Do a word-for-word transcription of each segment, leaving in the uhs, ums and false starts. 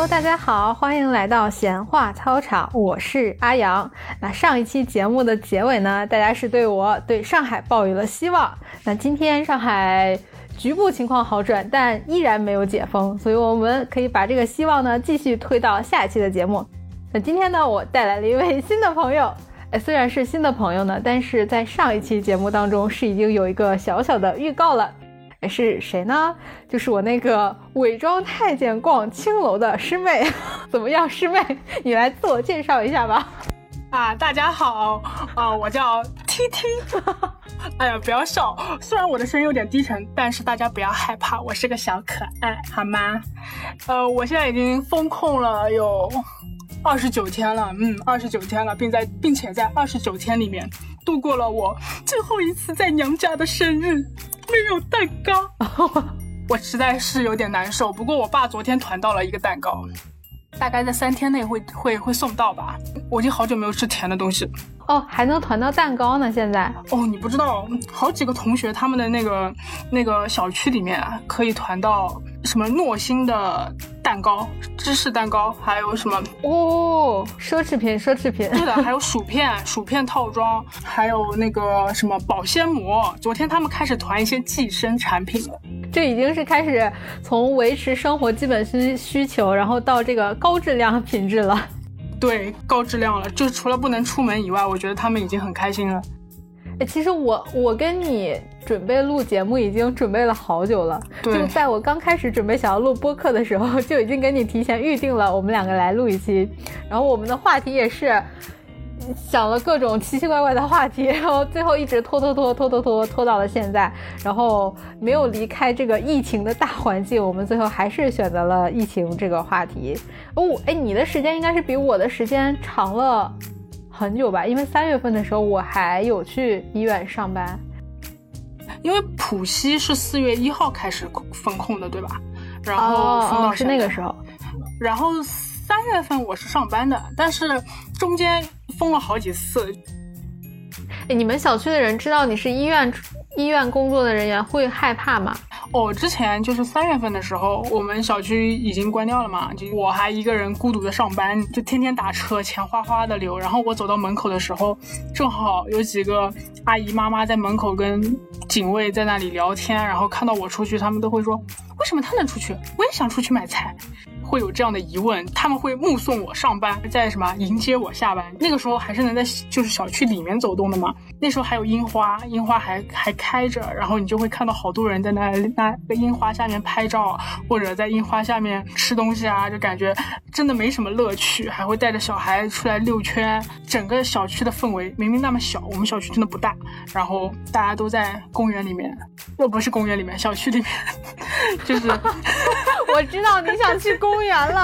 Hello， 大家好，欢迎来到闲话操场，我是阿阳。那上一期节目的结尾呢，大家是对我对上海抱有了希望。那今天上海局部情况好转，但依然没有解封，所以我们可以把这个希望呢继续推到下一期的节目。那今天呢，我带来了一位新的朋友。哎，虽然是新的朋友呢，但是在上一期节目当中是已经有一个小小的预告了。哎，是谁呢？就是我那个伪装太监逛青楼的师妹。怎么样，师妹，你来自我介绍一下吧。 啊，大家好，啊，我叫 T T。哎呀，不要笑，虽然我的声音有点低沉，但是大家不要害怕，我是个小可爱，好吗？呃，我现在已经封控了有二十九天了，嗯，二十九天了，并在并且在二十九天里面度过了我最后一次在娘家的生日，没有蛋糕。我实在是有点难受，不过我爸昨天团到了一个蛋糕，大概在三天内会会会送到吧。我已经好久没有吃甜的东西哦，还能团到蛋糕呢？现在哦，你不知道，好几个同学他们的那个那个小区里面啊，可以团到什么诺心的蛋糕、芝士蛋糕，还有什么哦，奢侈品，奢侈品。 对的，还有薯片、薯片套装，还有那个什么保鲜膜。昨天他们开始团一些计生产品了。 这已经是开始从维持生活基本需需求，然后到这个高质量品质了。 对，高质量了，就除了不能出门以外，我觉得他们已经很开心了。 其实我我跟你准备录节目已经准备了好久了，就在我刚开始准备想要录播客的时候，就已经给你提前预定了我们两个来录一期，然后我们的话题也是想了各种奇奇怪怪的话题，然后最后一直拖拖拖拖拖拖拖到了现在，然后没有离开这个疫情的大环境，我们最后还是选择了疫情这个话题。哦，哎，你的时间应该是比我的时间长了很久吧？因为三月份的时候我还有去医院上班。 因为浦西是四月一号开始封控的，对吧？然后封到现在、哦哦、是那个时候。 然后三月份我是上班的，但是中间封了好几次。 哎，你们小区的人知道你是医院医院工作的人员会害怕吗？ 哦，之前就是三月份的时候，我们小区已经关掉了嘛，就我还一个人孤独的上班，就天天打车，钱哗哗的流。然后我走到门口的时候，正好有几个阿姨妈妈在门口跟警卫在那里聊天，然后看到我出去，他们都会说，为什么他能出去？我也想出去买菜。会有这样的疑问，他们会目送我上班，在什么迎接我下班。那个时候还是能在就是小区里面走动的嘛，那时候还有樱花，樱花还还开着，然后你就会看到好多人在那那个樱花下面拍照，或者在樱花下面吃东西啊，就感觉真的没什么乐趣，还会带着小孩出来溜圈。整个小区的氛围明明那么小，我们小区真的不大，然后大家都在公园里面，又不是公园里面，小区里面就是我知道你想去公园了。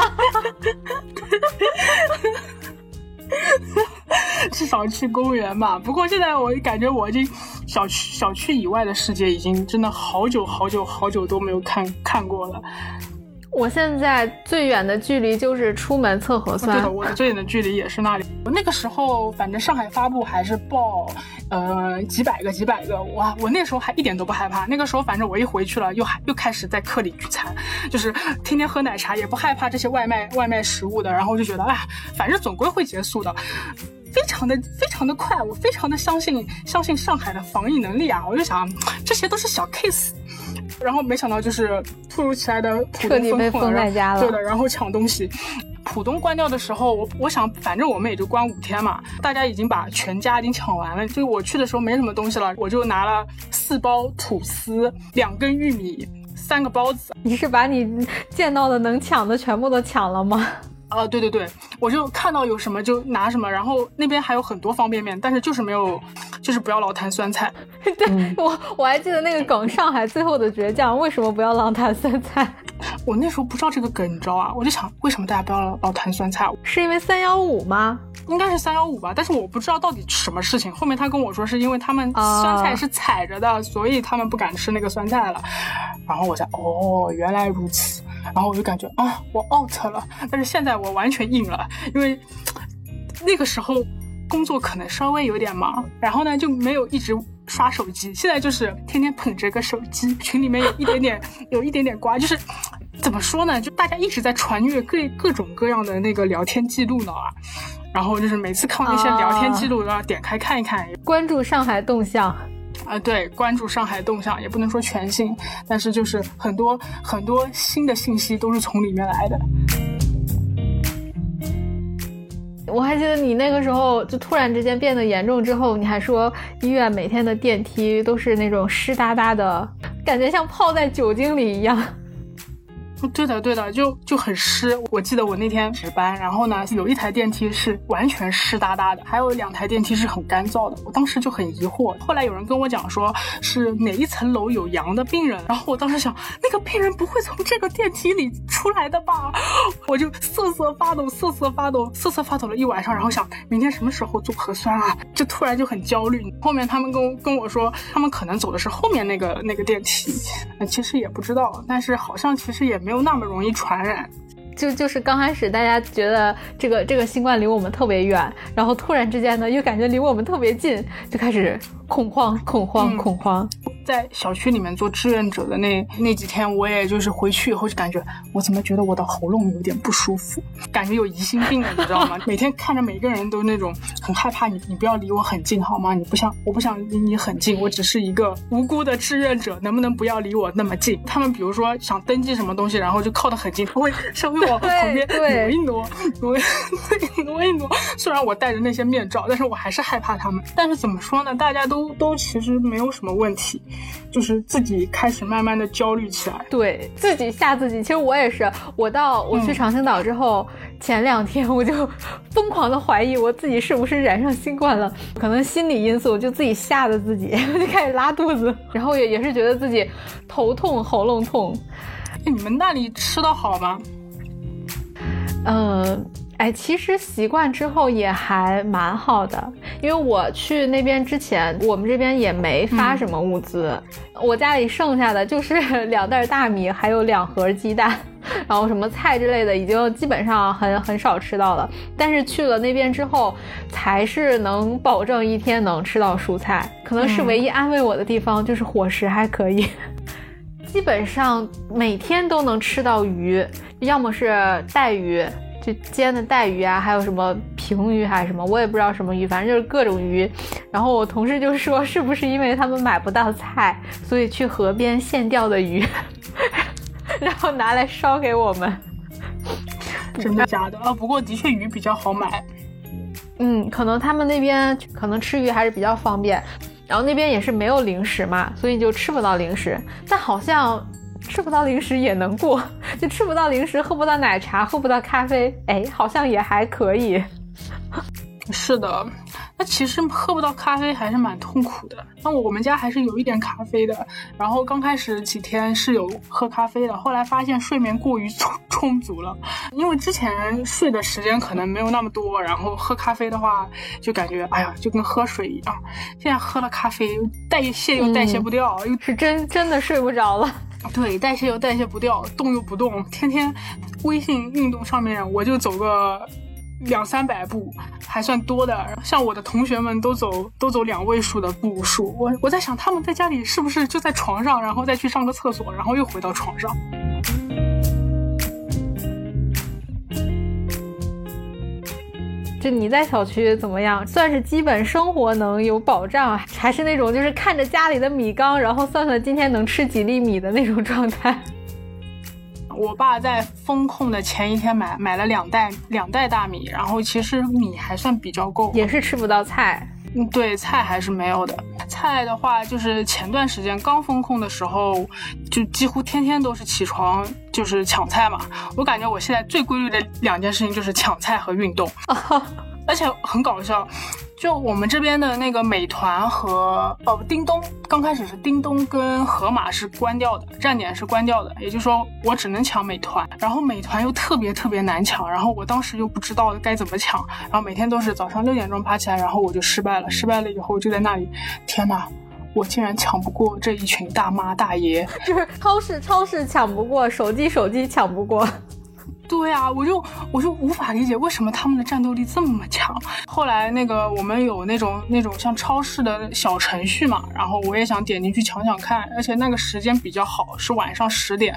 至少去公园嘛。不过现在我感觉我已经小区小区以外的世界已经真的好久好久好久都没有看看过了。 我现在最远的距离就是出门测核酸。 对的，我的最远的距离也是那里。那个时候反正上海发布还是报呃几百个几百个，哇，我那时候还一点都不害怕。那个时候反正我一回去了，又又开始在课里聚餐，就是天天喝奶茶，也不害怕这些外卖外卖食物的，然后就觉得哎，反正总归会结束的。非常的非常的快，我非常的相信相信上海的防疫能力啊！我就想这些都是小 case， 然后没想到就是突如其来的浦东彻底被封在家了， 对的，然后抢东西。浦东关掉的时候，我我想反正我们也就关五天嘛，大家已经把全家已经抢完了。就我去的时候没什么东西了，我就拿了四包吐司，两根玉米，三个包子。 你是把你见到的能抢的全部都抢了吗？ 啊，对对对，我就看到有什么就拿什么，然后那边还有很多方便面，但是就是没有，就是不要老坛酸菜。 对、嗯、我我还记得那个梗，上海最后的倔强，为什么不要老坛酸菜？ 我那时候不知道这个梗，你知道啊？我就想，为什么大家不要老坛酸菜？ 是因为三幺五吗？ 应该是三幺五吧，但是我不知道到底什么事情。后面他跟我说是因为他们酸菜是踩着的，啊、所以他们不敢吃那个酸菜了。然后我才哦，原来如此。然后我就感觉啊，我 out 了。但是现在我完全硬了，因为那个时候工作可能稍微有点忙，然后呢就没有一直刷手机。现在就是天天捧着个手机，群里面有一点点有一点点瓜，就是怎么说呢，就大家一直在传阅各各种各样的那个聊天记录呢啊，然后就是每次看那些聊天记录都要点开看一看， 关注上海动向啊，对，关注上海动向，也不能说全信，但是就是很多很多新的信息都是从里面来的。 我还记得你那个时候就突然之间变得严重之后，你还说医院每天的电梯都是那种湿哒哒的，感觉像泡在酒精里一样。 对的对的，就就很湿。我记得我那天值班，然后呢有一台电梯是完全湿哒哒的，还有两台电梯是很干燥的，我当时就很疑惑。后来有人跟我讲说是哪一层楼有阳的病人，然后我当时想那个病人不会从这个电梯里出来的吧，我就瑟瑟发抖瑟瑟发抖瑟瑟发抖了一晚上，然后想明天什么时候做核酸啊，就突然就很焦虑。后面他们跟我跟我说他们可能走的是后面那个那个电梯，其实也不知道，但是好像其实也没有没有那么容易传染。 就就是刚开始大家觉得这个这个新冠离我们特别远，然后突然之间呢又感觉离我们特别近，就开始恐慌恐慌、嗯、恐慌。 在小区里面做志愿者的那那几天，我也就是回去以后就感觉我怎么觉得我的喉咙有点不舒服，感觉有疑心病了，你知道吗？每天看着每个人都那种很害怕，你你不要离我很近好吗？你不想我不想离你很近，我只是一个无辜的志愿者，能不能不要离我那么近？他们比如说想登记什么东西，然后就靠得很近，他会稍微往旁边挪一挪挪挪一挪。虽然我戴着那些面罩，但是我还是害怕他们。但是怎么说呢，大家都都其实没有什么问题，就是自己开始慢慢的焦虑起来， 对，自己吓自己。其实我也是，我到我去长青岛之后、嗯、前两天我就疯狂的怀疑我自己是不是染上新冠了，可能心理因素就自己吓得自己就开始拉肚子，然后也也是觉得自己头痛喉咙痛。 你们那里吃得好吗？ 嗯，哎，其实习惯之后也还蛮好的，因为我去那边之前，我们这边也没发什么物资、嗯、我家里剩下的就是两袋大米还有两盒鸡蛋，然后什么菜之类的已经基本上很很少吃到了，但是去了那边之后才是能保证一天能吃到蔬菜，可能是唯一安慰我的地方、嗯、就是伙食还可以，基本上每天都能吃到鱼，要么是带鱼，就煎的带鱼啊，还有什么平鱼还是什么，我也不知道什么鱼，反正就是各种鱼。然后我同事就说是不是因为他们买不到菜，所以去河边现钓的鱼然后拿来烧给我们。 真的假的啊？不过的确鱼比较好买。 嗯，可能他们那边可能吃鱼还是比较方便，然后那边也是没有零食嘛，所以就吃不到零食。但好像吃不到零食也能过，就吃不到零食，喝不到奶茶，喝不到咖啡，哎，好像也还可以。 是的，那其实喝不到咖啡还是蛮痛苦的。那我们家还是有一点咖啡的，然后刚开始几天是有喝咖啡的，后来发现睡眠过于充足了，因为之前睡的时间可能没有那么多，然后喝咖啡的话就感觉哎呀就跟喝水一样，现在喝了咖啡代谢又代谢不掉、嗯、又是真真的睡不着了。 对，代谢又代谢不掉，动又不动，天天微信运动上面我就走个两三百步，还算多的。像我的同学们都走都走两位数的步数，我我在想他们在家里是不是就在床上，然后再去上个厕所，然后又回到床上。 就你在小区怎么样？算是基本生活能有保障，还是那种就是看着家里的米缸，然后算算今天能吃几粒米的那种状态？ 我爸在封控的前一天买买了两袋两袋大米，然后其实米还算比较够， 也是吃不到菜。 嗯，对，菜还是没有的。菜的话，就是前段时间刚封控的时候，就几乎天天都是起床就是抢菜嘛。我感觉我现在最规律的两件事情就是抢菜和运动，而且很搞笑。就我们这边的那个美团和哦叮咚，刚开始是叮咚跟盒马是关掉的，站点是关掉的，也就是说我只能抢美团，然后美团又特别特别难抢，然后我当时又不知道该怎么抢，然后每天都是早上六点钟爬起来，然后我就失败了，失败了以后就在那里，天哪，我竟然抢不过这一群大妈大爷， 就是超市超市抢不过，手机手机抢不过。 对啊，我就我就无法理解为什么他们的战斗力这么强。后来那个我们有那种那种像超市的小程序嘛，然后我也想点进去抢抢看，而且那个时间比较好，是晚上十点。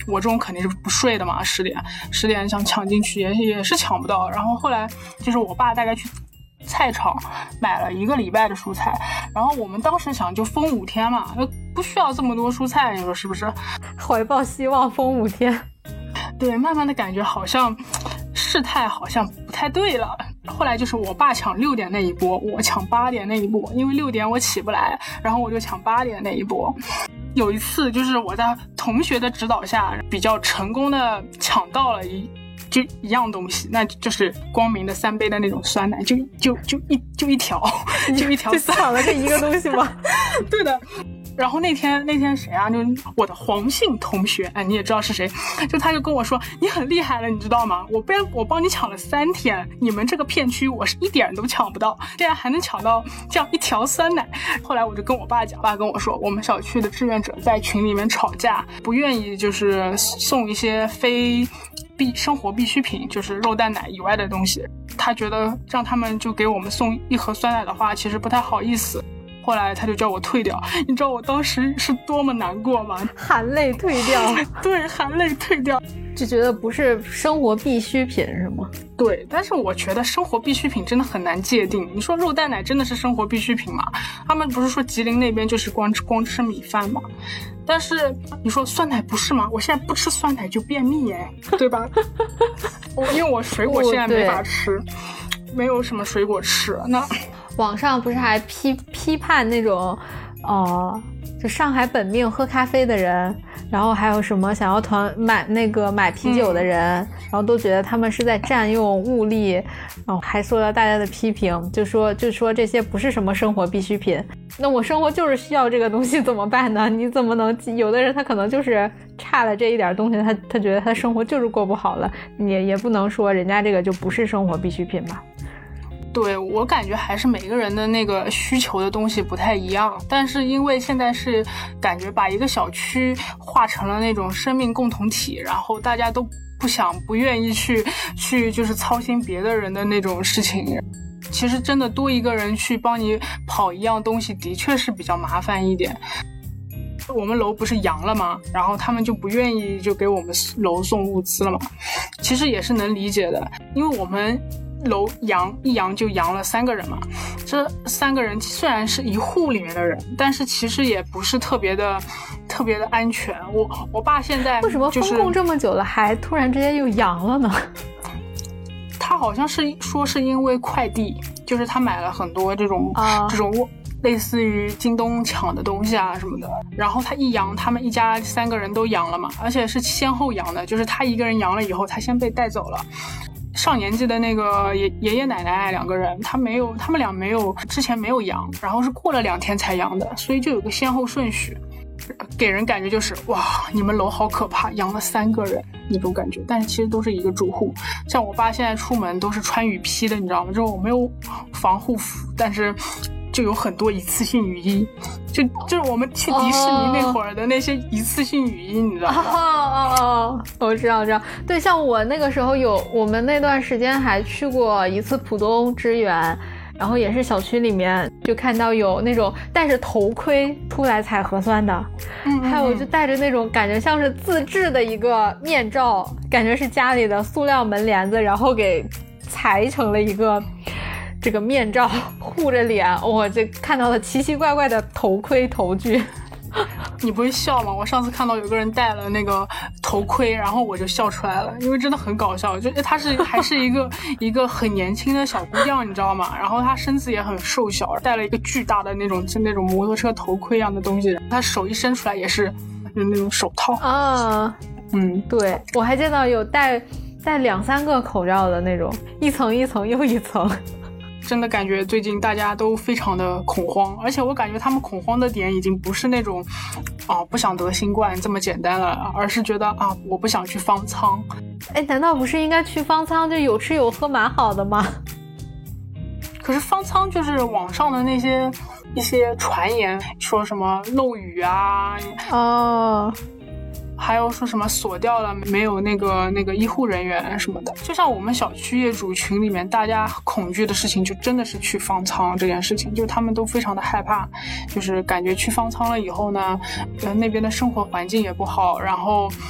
我这种肯定是不睡的嘛，十点十点想抢进去也也是抢不到。然后后来就是我爸大概去菜场买了一个礼拜的蔬菜，然后我们当时想就封五天嘛，不需要这么多蔬菜，你说是不是？ 怀抱希望封五天。 对，慢慢的感觉好像事态好像不太对了。后来就是我爸抢六点那一波，我抢八点那一波，因为六点我起不来，然后我就抢八点那一波。有一次就是我在同学的指导下比较成功的抢到了一就一样东西，那就是光明的三杯的那种酸奶，就就就一就一条就一条就抢了这一个东西吗？ 对的。然后那天那天谁啊，就我的黄姓同学，哎，你也知道是谁，就他就跟我说你很厉害了，你知道吗？我被我帮你抢了三天，你们这个片区我是一点都抢不到，竟然还能抢到这样一条酸奶。后来我就跟我爸讲，爸跟我说我们小区的志愿者在群里面吵架，不愿意就是送一些非必生活必需品，就是肉蛋奶以外的东西，他觉得让他们就给我们送一盒酸奶的话其实不太好意思。后来他就叫我退掉，你知道我当时是多么难过吗？ 含泪退掉。 对，含泪退掉， 就觉得不是生活必需品是吗？ 对，但是我觉得生活必需品真的很难界定。你说肉蛋奶真的是生活必需品吗？他们不是说吉林那边就是光吃光吃米饭吗？但是你说酸奶不是吗？我现在不吃酸奶就便秘哎，对吧？我因为我水果现在没法吃，没有什么水果吃。那网上不是还批批判那种呃就上海本命喝咖啡的人，然后还有什么想要团买那个买啤酒的人、嗯、然后都觉得他们是在占用物力，然后还受到大家的批评，就说就说这些不是什么生活必需品。那我生活就是需要这个东西怎么办呢？你怎么能，有的人他可能就是差了这一点东西，他他觉得他生活就是过不好了，也也不能说人家这个就不是生活必需品吧。 对，我感觉还是每个人的那个需求的东西不太一样，但是因为现在是感觉把一个小区划成了那种生命共同体，然后大家都不想不愿意去去就是操心别的人的那种事情，其实真的多一个人去帮你跑一样东西的确是比较麻烦一点。我们楼不是阳了吗？然后他们就不愿意就给我们楼送物资了嘛，其实也是能理解的，因为我们楼阳一阳就阳了三个人嘛，这三个人虽然是一户里面的人，但是其实也不是特别的特别的安全。我我爸现在、就是、为什么封控这么久了还突然之间又阳了呢？ 他好像是说是因为快递，就是他买了很多这种、uh. 这种类似于京东抢的东西啊什么的，然后他一阳，他们一家三个人都阳了嘛，而且是先后阳的，就是他一个人阳了以后他先被带走了，上年纪的那个爷爷爷奶奶两个人，他没有，他们俩没有之前没有阳，然后是过了两天才阳的，所以就有个先后顺序，给人感觉就是哇，你们楼好可怕，阳了三个人那种感觉。但是其实都是一个住户，像我爸现在出门都是穿雨披的，你知道吗？就是我没有防护服，但是就有很多一次性雨衣，就就是我们去迪士尼那会儿的那些一次性雨衣， oh. 你知道吗？ 哦哦哦，我知道知道。对，像我那个时候有，我们那段时间还去过一次浦东支援，然后也是小区里面就看到有那种戴着头盔出来采核酸的，嗯嗯嗯，还有就戴着那种感觉像是自制的一个面罩，感觉是家里的塑料门帘子，然后给裁成了一个这个面罩护着脸，我这看到了奇奇怪怪的头盔头具。 你不会笑吗？我上次看到有个人戴了那个头盔，然后我就笑出来了，因为真的很搞笑，就她是还是一个一个很年轻的小姑娘，你知道吗？然后她身子也很瘦小，戴了一个巨大的那种就那种摩托车头盔一样的东西，她手一伸出来也是那种手套啊。嗯，对，我还见到有戴戴两三个口罩的那种，一层一层又一层。 真的感觉最近大家都非常的恐慌，而且我感觉他们恐慌的点已经不是那种啊不想得新冠这么简单了，而是觉得啊我不想去方舱。 哎，难道不是应该去方舱就有吃有喝蛮好的吗？ 可是方舱就是网上的那些一些传言，说什么漏雨啊， 哦。 还有说什么锁掉了没有那个那个医护人员什么的，就像我们小区业主群里面大家恐惧的事情就真的是去方舱这件事情，就他们都非常的害怕，就是感觉去方舱了以后呢，呃那边的生活环境也不好，然后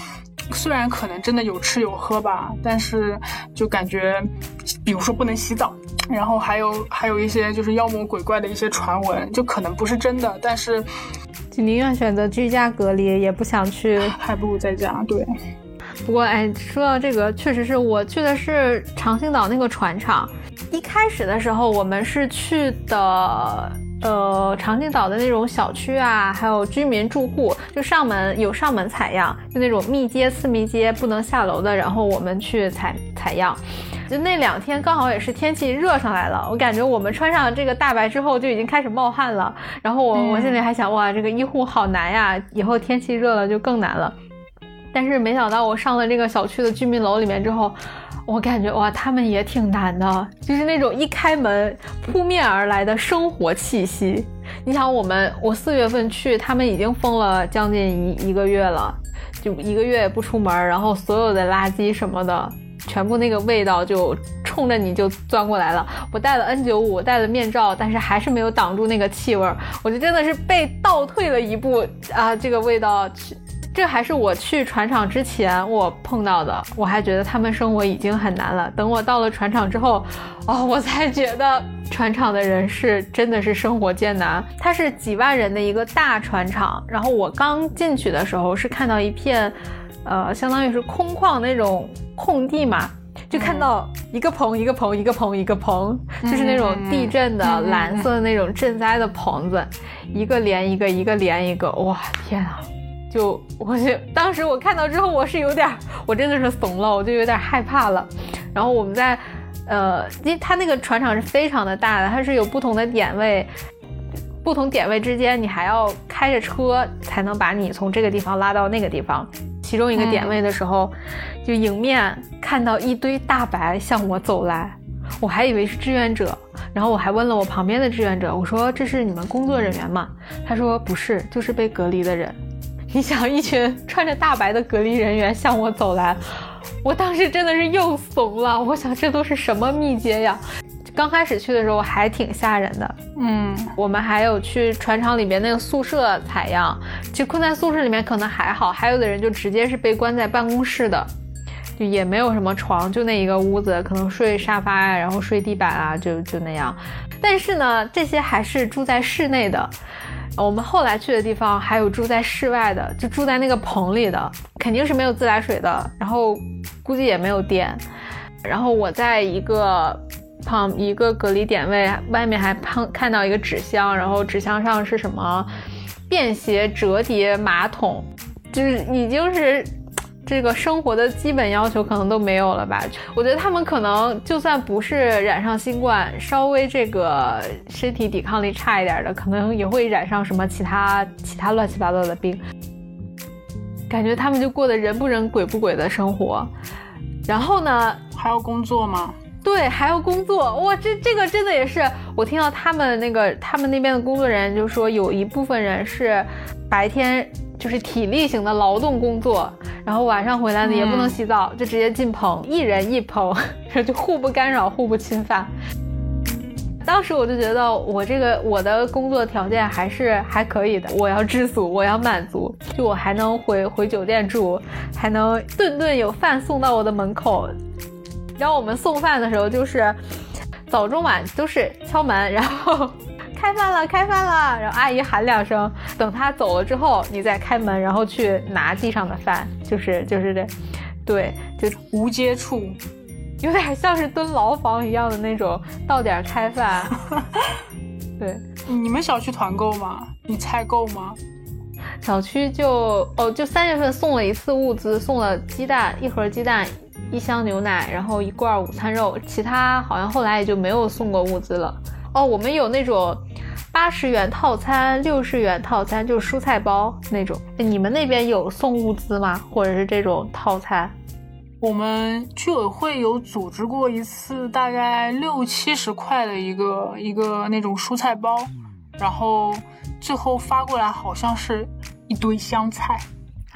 虽然可能真的有吃有喝吧，但是就感觉比如说不能洗澡，然后还有还有一些就是妖魔鬼怪的一些传闻，就可能不是真的，但是就宁愿选择居家隔离也不想去， 还不如在家。对， 不过哎，说到这个，确实是我去的是长兴岛那个船厂。一开始的时候我们是去的呃长兴岛的那种小区啊，还有居民住户，就上门有上门采样，就那种密接次密接不能下楼的，然后我们去采采样。就那两天刚好也是天气热上来了，我感觉我们穿上这个大白之后就已经开始冒汗了，然后我、嗯、我心里还想，哇，这个医护好难呀，以后天气热了就更难了。但是没想到我上了这个小区的居民楼里面之后，我感觉哇，他们也挺难的，就是那种一开门扑面而来的生活气息。你想我们我四月份去，他们已经封了将近一一个月了，就一个月也不出门，然后所有的垃圾什么的全部那个味道就冲着你就钻过来了。我戴了 N 九十五， 戴了面罩，但是还是没有挡住那个气味，我就真的是被倒退了一步啊！这个味道，这还是我去船厂之前我碰到的，我还觉得他们生活已经很难了。等我到了船厂之后，哦，我才觉得船厂的人是真的是生活艰难。它是几万人的一个大船厂，然后我刚进去的时候是看到一片呃，相当于是空旷那种空地嘛，就看到一个棚一个棚一个棚一个棚，就是那种地震的蓝色的那种赈灾的棚子，一个连一个一个连一个，哇天啊！就我就当时我看到之后，我是有点，我真的是怂了，我就有点害怕了。然后我们在呃，因为它那个船厂是非常的大的，它是有不同的点位，不同点位之间你还要开着车才能把你从这个地方拉到那个地方。其中一个点位的时候、嗯、就迎面看到一堆大白向我走来，我还以为是志愿者，然后我还问了我旁边的志愿者，我说这是你们工作人员吗？他说不是，就是被隔离的人。你想一群穿着大白的隔离人员向我走来，我当时真的是又怂了，我想这都是什么密接呀。刚开始去的时候还挺吓人的。嗯，我们还有去船厂里面那个宿舍采样，就困在宿舍里面可能还好，还有的人就直接是被关在办公室的，就也没有什么床，就那一个屋子，可能睡沙发啊，然后睡地板啊，就就那样。但是呢，这些还是住在室内的。我们后来去的地方还有住在室外的，就住在那个棚里的，肯定是没有自来水的，然后估计也没有电。然后我在一个旁一个隔离点位外面还看到一个纸箱，然后纸箱上是什么便携折叠马桶，就是已经是这个生活的基本要求可能都没有了吧。我觉得他们可能就算不是染上新冠，稍微这个身体抵抗力差一点的，可能也会染上什么其他其他乱七八糟的病。感觉他们就过得人不人鬼不鬼的生活。然后呢， 还要工作吗？ 对，还要工作。哇，这这个真的也是，我听到他们那个他们那边的工作人员就说，有一部分人是白天就是体力型的劳动工作，然后晚上回来呢也不能洗澡、嗯、就直接进棚，一人一棚，就互不干扰互不侵犯。当时我就觉得我这个我的工作条件还是还可以的，我要知足，我要满足，就我还能回回酒店住，还能顿顿有饭送到我的门口。然后我们送饭的时候就是早中晚都是敲门，然后开饭了开饭了，然后阿姨喊两声，等她走了之后你再开门，然后去拿地上的饭，就是就是这，对，就无接触， 有点像是蹲牢房一样的那种，到点开饭。对， 你们小区团购吗？你菜够吗？ 小区就哦，就三月份送了一次物资，送了鸡蛋，一盒鸡蛋，一箱牛奶，然后一罐午餐肉，其他好像后来也就没有送过物资了。哦，我们有那种八十元套餐、六十元套餐，就是蔬菜包那种。你们那边有送物资吗？或者是这种套餐？ 我们居委会有组织过一次，大概六七十块的一个一个那种蔬菜包，然后最后发过来好像是一堆香菜啊，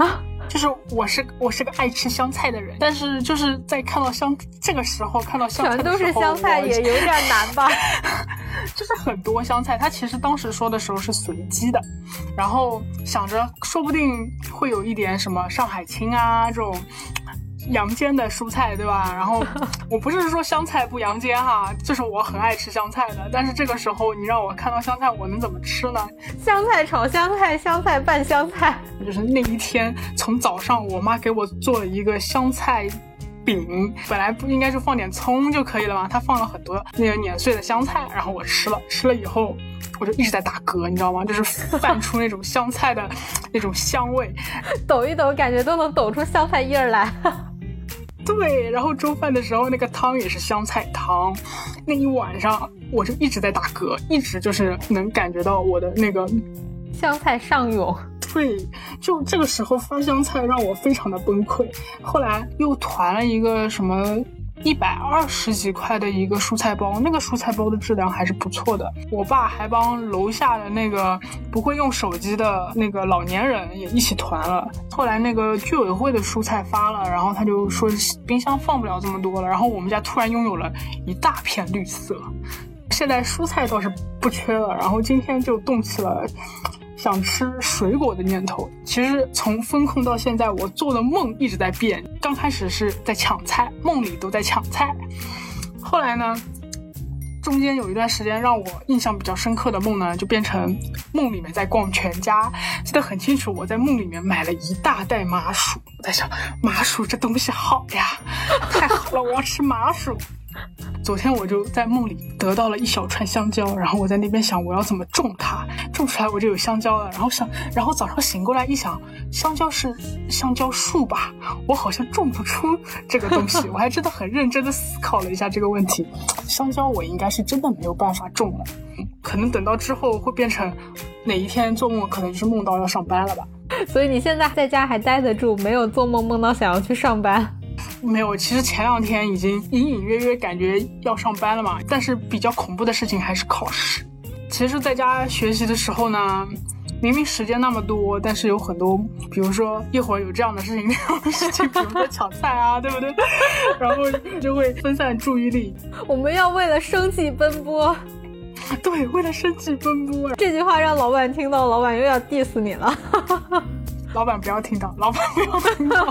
就是我是我是个爱吃香菜的人，但是就是在看到香这个时候看到香菜的时候， 全都是香菜也有点难吧。 就是很多香菜，他其实当时说的时候是随机的，然后想着说不定会有一点什么上海青啊这种阳间的蔬菜，对吧？然后我不是说香菜不阳间哈，就是我很爱吃香菜的，但是这个时候你让我看到香菜，我能怎么吃呢？ 香菜炒香菜，香菜拌香菜。 就是那一天从早上我妈给我做了一个香菜饼，本来不应该是放点葱就可以了吗？她放了很多那个碾碎的香菜，然后我吃了，吃了以后我就一直在打嗝，你知道吗？就是泛出那种香菜的那种香味， 抖一抖感觉都能抖出香菜叶来。 对，然后中饭的时候那个汤也是香菜汤，那一晚上我就一直在打嗝，一直就是能感觉到我的那个香菜上涌。 对，就这个时候发香菜让我非常的崩溃。后来又团了一个什么一百二十几块的一个蔬菜包，那个蔬菜包的质量还是不错的。我爸还帮楼下的那个不会用手机的那个老年人也一起团了。后来那个居委会的蔬菜发了，然后他就说冰箱放不了这么多了，然后我们家突然拥有了一大片绿色。现在蔬菜倒是不缺了，然后今天就动起了想吃水果的念头。其实从风控到现在，我做的梦一直在变。刚开始是在抢菜，梦里都在抢菜。后来呢，中间有一段时间让我印象比较深刻的梦呢，就变成梦里面在逛全家。记得很清楚，我在梦里面买了一大袋麻薯。我在想，麻薯这东西好呀，太好了，我要吃麻薯。昨天我就在梦里得到了一小串香蕉，然后我在那边想我要怎么种它，种出来我就有香蕉了。然后想，然后早上醒过来一想，香蕉是香蕉树吧，我好像种不出这个东西。我还真的很认真的思考了一下这个问题，香蕉我应该是真的没有办法种了，可能等到之后会变成哪一天做梦可能就是梦到要上班了吧。 所以你现在在家还待得住，没有做梦梦到想要去上班？ 没有，其实前两天已经隐隐约约感觉要上班了嘛，但是比较恐怖的事情还是考试。其实在家学习的时候呢，明明时间那么多，但是有很多，比如说一会儿有这样的事情那样的事情，比如说抢菜啊，对不对？然后就会分散注意力。 我们要为了生计奔波。 对，为了生计奔波。 这句话让老板听到，老板又要 diss 你了。 老板不要听到，老板不要听到。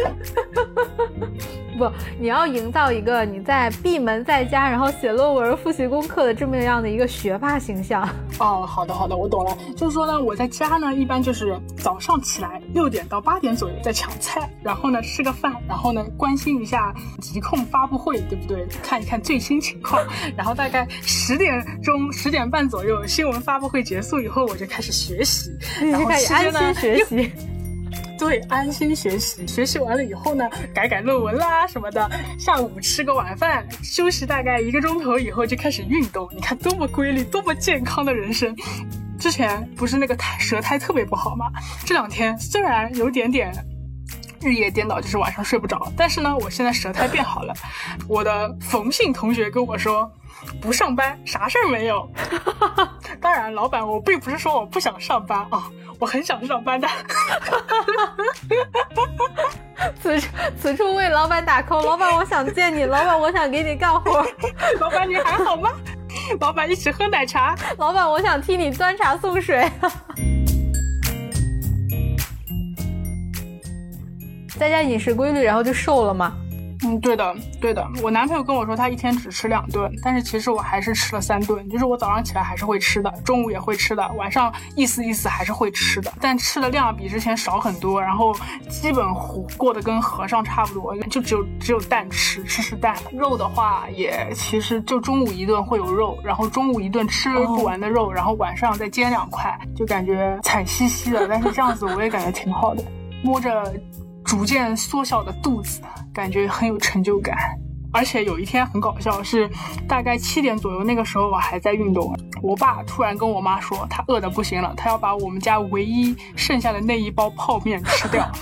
不，你要营造一个你在闭门在家，然后写论文、复习功课的这么样的一个学霸形象。 哦，好的好的，我懂了。就是说呢，我在家呢，一般就是早上起来六点到八点左右在抢菜，然后呢吃个饭，然后呢关心一下疾控发布会，对不对？看一看最新情况。然后大概十点钟、十点半左右，新闻发布会结束以后，我就开始学习，然后开始安心学习。 对，安心学习，学习完了以后呢，改改论文啦什么的。下午吃个晚饭，休息大概一个钟头以后就开始运动。你看多么规律，多么健康的人生。之前不是那个胎舌苔特别不好吗？这两天虽然有点点日夜颠倒，就是晚上睡不着，但是呢，我现在舌苔变好了。我的冯姓同学跟我说，不上班啥事儿没有。当然老板，我并不是说我不想上班啊，我很想上班的。 此处此处为老板打 call， 老板我想见你，老板我想给你干活。 老板你还好吗？老板一起喝奶茶。 老板我想替你端茶送水。在家饮食规律，然后就瘦了吗？ 嗯，对的，对的。我男朋友跟我说他一天只吃两顿，但是其实我还是吃了三顿。就是我早上起来还是会吃的，中午也会吃的，晚上意思意思还是会吃的，但吃的量比之前少很多。然后基本过得跟和尚差不多，就只有只有蛋吃，吃吃蛋。肉的话也其实就中午一顿会有肉，然后中午一顿吃不完的肉，哦、然后晚上再煎两块，就感觉惨兮兮的。但是这样子我也感觉挺好的，摸着逐渐缩小的肚子，感觉很有成就感。而且有一天很搞笑，是大概七点左右，那个时候我还在运动，我爸突然跟我妈说他饿得不行了，他要把我们家唯一剩下的那一包泡面吃掉。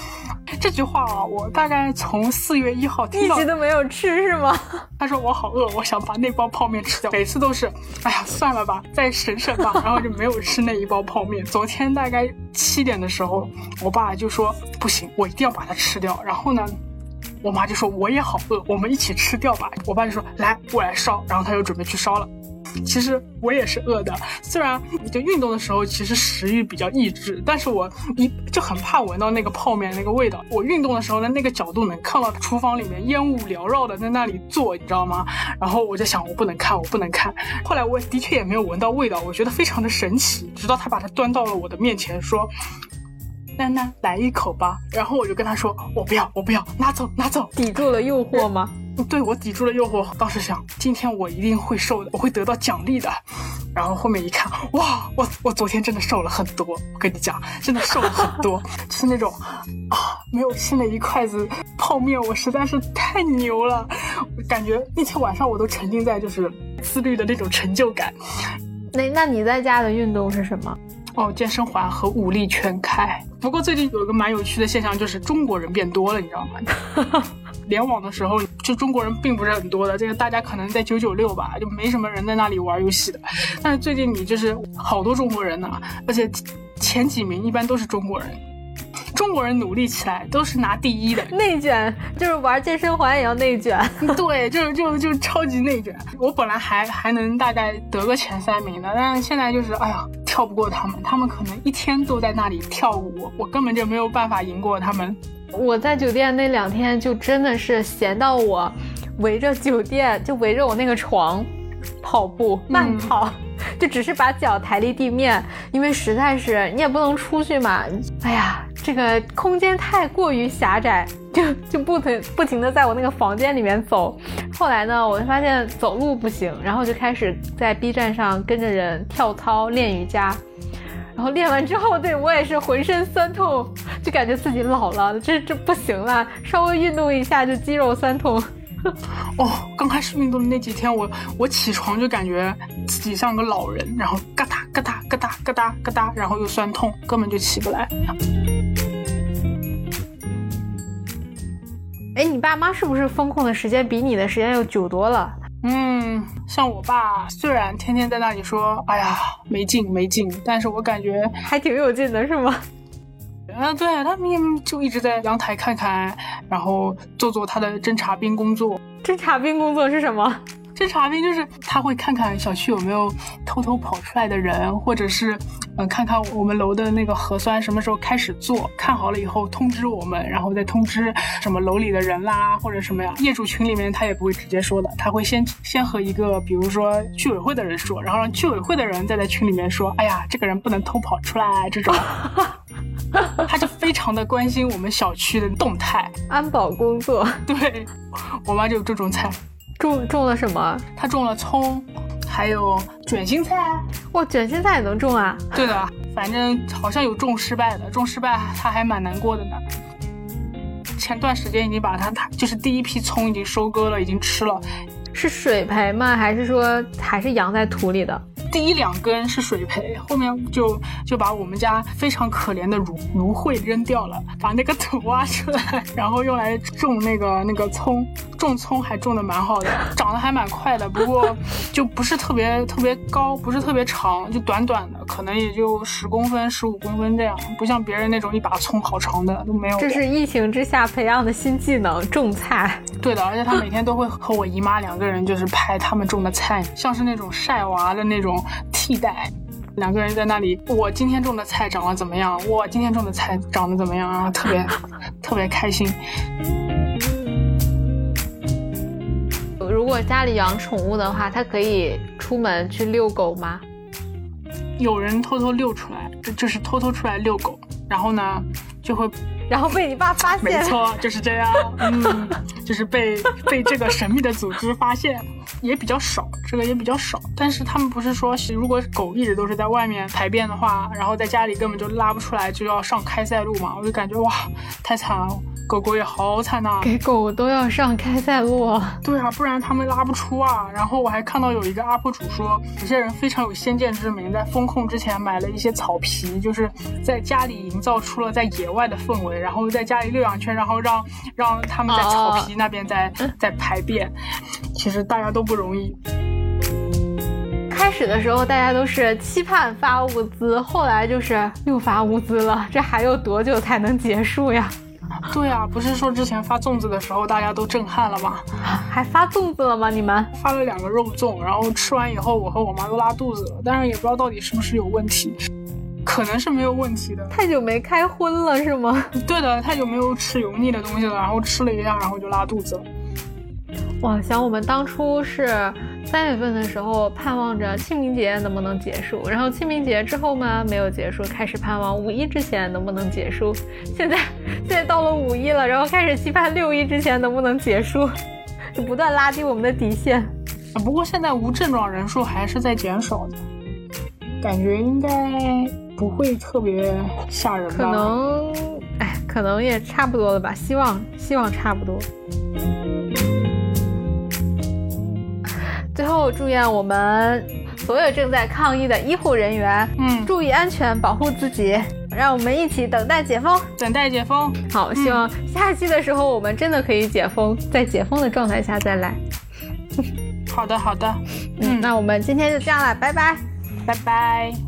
这句话啊，我大概从四月一号听到， 一直都没有吃是吗？ 他说我好饿，我想把那包泡面吃掉。每次都是，哎呀，算了吧，再省省吧，然后就没有吃那一包泡面。昨天大概七点的时候，我爸就说不行，我一定要把它吃掉。然后呢，我妈就说我也好饿，我们一起吃掉吧。我爸就说来，我来烧，然后他就准备去烧了。其实我也是饿的，虽然就运动的时候其实食欲比较抑制，但是我一就很怕闻到那个泡面那个味道。我运动的时候呢，那个角度能看到厨房里面烟雾缭绕的在那里做，你知道吗？然后我就想我不能看我不能看，后来我的确也没有闻到味道，我觉得非常的神奇，直到他把它端到了我的面前说囡囡来一口吧，然后我就跟他说我不要我不要，拿走拿走。 抵住了诱惑吗？ 对，我抵住了诱惑，当时想今天我一定会瘦的，我会得到奖励的。然后后面一看，哇，我我昨天真的瘦了很多，我跟你讲，真的瘦了很多，就是那种啊，没有吃了一筷子泡面，我实在是太牛了，我感觉那天晚上我都沉浸在就是自律的那种成就感。 那那你在家的运动是什么？ 哦，健身环和武力全开。不过最近有一个蛮有趣的现象，就是中国人变多了，你知道吗？联网的时候就中国人并不是很多的，这个大家可能在九九六吧，就没什么人在那里玩游戏的。但是最近你就是好多中国人呢、啊，而且前几名一般都是中国人。中国人努力起来都是拿第一的， 内卷就是玩健身环也要内卷。 对，就就就超级内卷。我本来还还能大概得个前三名的，但是现在就是哎呀跳不过他们，他们可能一天都在那里跳舞，我根本就没有办法赢过他们。 我在酒店那两天就真的是闲到我围着酒店就围着我那个床跑步慢跑、嗯、就只是把脚抬离地面，因为实在是你也不能出去嘛，哎呀这个空间太过于狭窄，就就不停不停的在我那个房间里面走。后来呢我就发现走路不行，然后就开始在 B 站上跟着人跳操练瑜伽，然后练完之后对我也是浑身酸痛，就感觉自己老了，这这不行了，稍微运动一下就肌肉酸痛。 哦，刚开始运动的那几天我我起床就感觉自己像个老人，然后嘎哒嘎哒嘎哒嘎哒嘎哒，然后又酸痛，根本就起不来。 哎，你爸妈是不是风控的时间比你的时间又久多了？ 嗯，像我爸虽然天天在那里说哎呀没劲没劲，但是我感觉还挺有劲的是吗？ 啊，对，他们就一直在阳台看看，然后做做他的侦察兵工作。 侦察兵工作是什么？ 侦察兵就是他会看看小区有没有偷偷跑出来的人，或者是呃看看我们楼的那个核酸什么时候开始做，看好了以后通知我们，然后再通知什么楼里的人啦或者什么呀。业主群里面他也不会直接说的，他会先先和一个比如说居委会的人说，然后让居委会的人再在群里面说，哎呀这个人不能偷跑出来这种。他就非常的关心我们小区的动态安保工作。 对，我妈就有这种菜。 种种了什么？ 她种了葱，还有卷心菜。 哇，卷心菜也能种啊？ 对的，反正好像有种失败的，种失败她还蛮难过的呢。前段时间已经把它就是第一批葱已经收割了，已经吃了。 是水培吗？还是说还是养在土里的？ 第一两根是水培，后面就就把我们家非常可怜的芦芦荟扔掉了，把那个土挖出来，然后用来种那个那个葱，种葱还种的蛮好的，长得还蛮快的，不过就不是特别特别高，不是特别长，就短短的，可能也就十公分、十五公分这样，不像别人那种一把葱好长的都没有。 这是疫情之下培养的新技能，种菜。 对的，而且他每天都会和我姨妈两个人就是拍他们种的菜，像是那种晒娃的那种替代，两个人在那里，我今天种的菜长得怎么样，我今天种的菜长得怎么样啊，特别特别开心。 如果家里养宠物的话，它可以出门去遛狗吗？ 有人偷偷溜出来，就是偷偷出来遛狗，然后呢就会然后被你爸发现。 没错，就是这样。嗯，就是被被这个神秘的组织发现，也比较少，这个也比较少。但是他们不是说，如果狗一直都是在外面排便的话，然后在家里根本就拉不出来，就要上开塞露嘛。我就感觉哇，太惨了。 狗狗也好惨呐、啊， 给狗都要上开塞露。 对啊，不然他们拉不出啊。然后我还看到有一个 U P 主说，有些人非常有先见之明，在封控之前买了一些草皮，就是在家里营造出了在野外的氛围，然后在家里溜两圈，然后让让他们在草皮那边在、哦、在排便。其实大家都不容易。 开始的时候大家都是期盼发物资，后来就是又发物资了，这还有多久才能结束呀？ 对啊，不是说之前发粽子的时候大家都震撼了吗？ 还发粽子了吗？你们发了两个肉粽，然后吃完以后我和我妈都拉肚子了，但是也不知道到底是不是有问题，可能是没有问题的。 太久没开荤了是吗？ 对的，太久没有吃油腻的东西了，然后吃了一下然后就拉肚子了。 哇，想我们当初是三月份的时候盼望着清明节能不能结束，然后清明节之后嘛没有结束，开始盼望五一之前能不能结束，现在现在到了五一了，然后开始期盼六一之前能不能结束，就不断拉低我们的底线。 不过现在无症状人数还是在减少的，感觉应该不会特别吓人吧？ 可能哎可能也差不多了吧，希望希望差不多。最后祝愿我们所有正在抗疫的医护人员，嗯，注意安全，保护自己，让我们一起等待解封， 等待解封。 好，希望下期的时候我们真的可以解封，在解封的状态下再来。 好的，好的， 嗯，那我们今天就这样了，拜拜， 拜拜。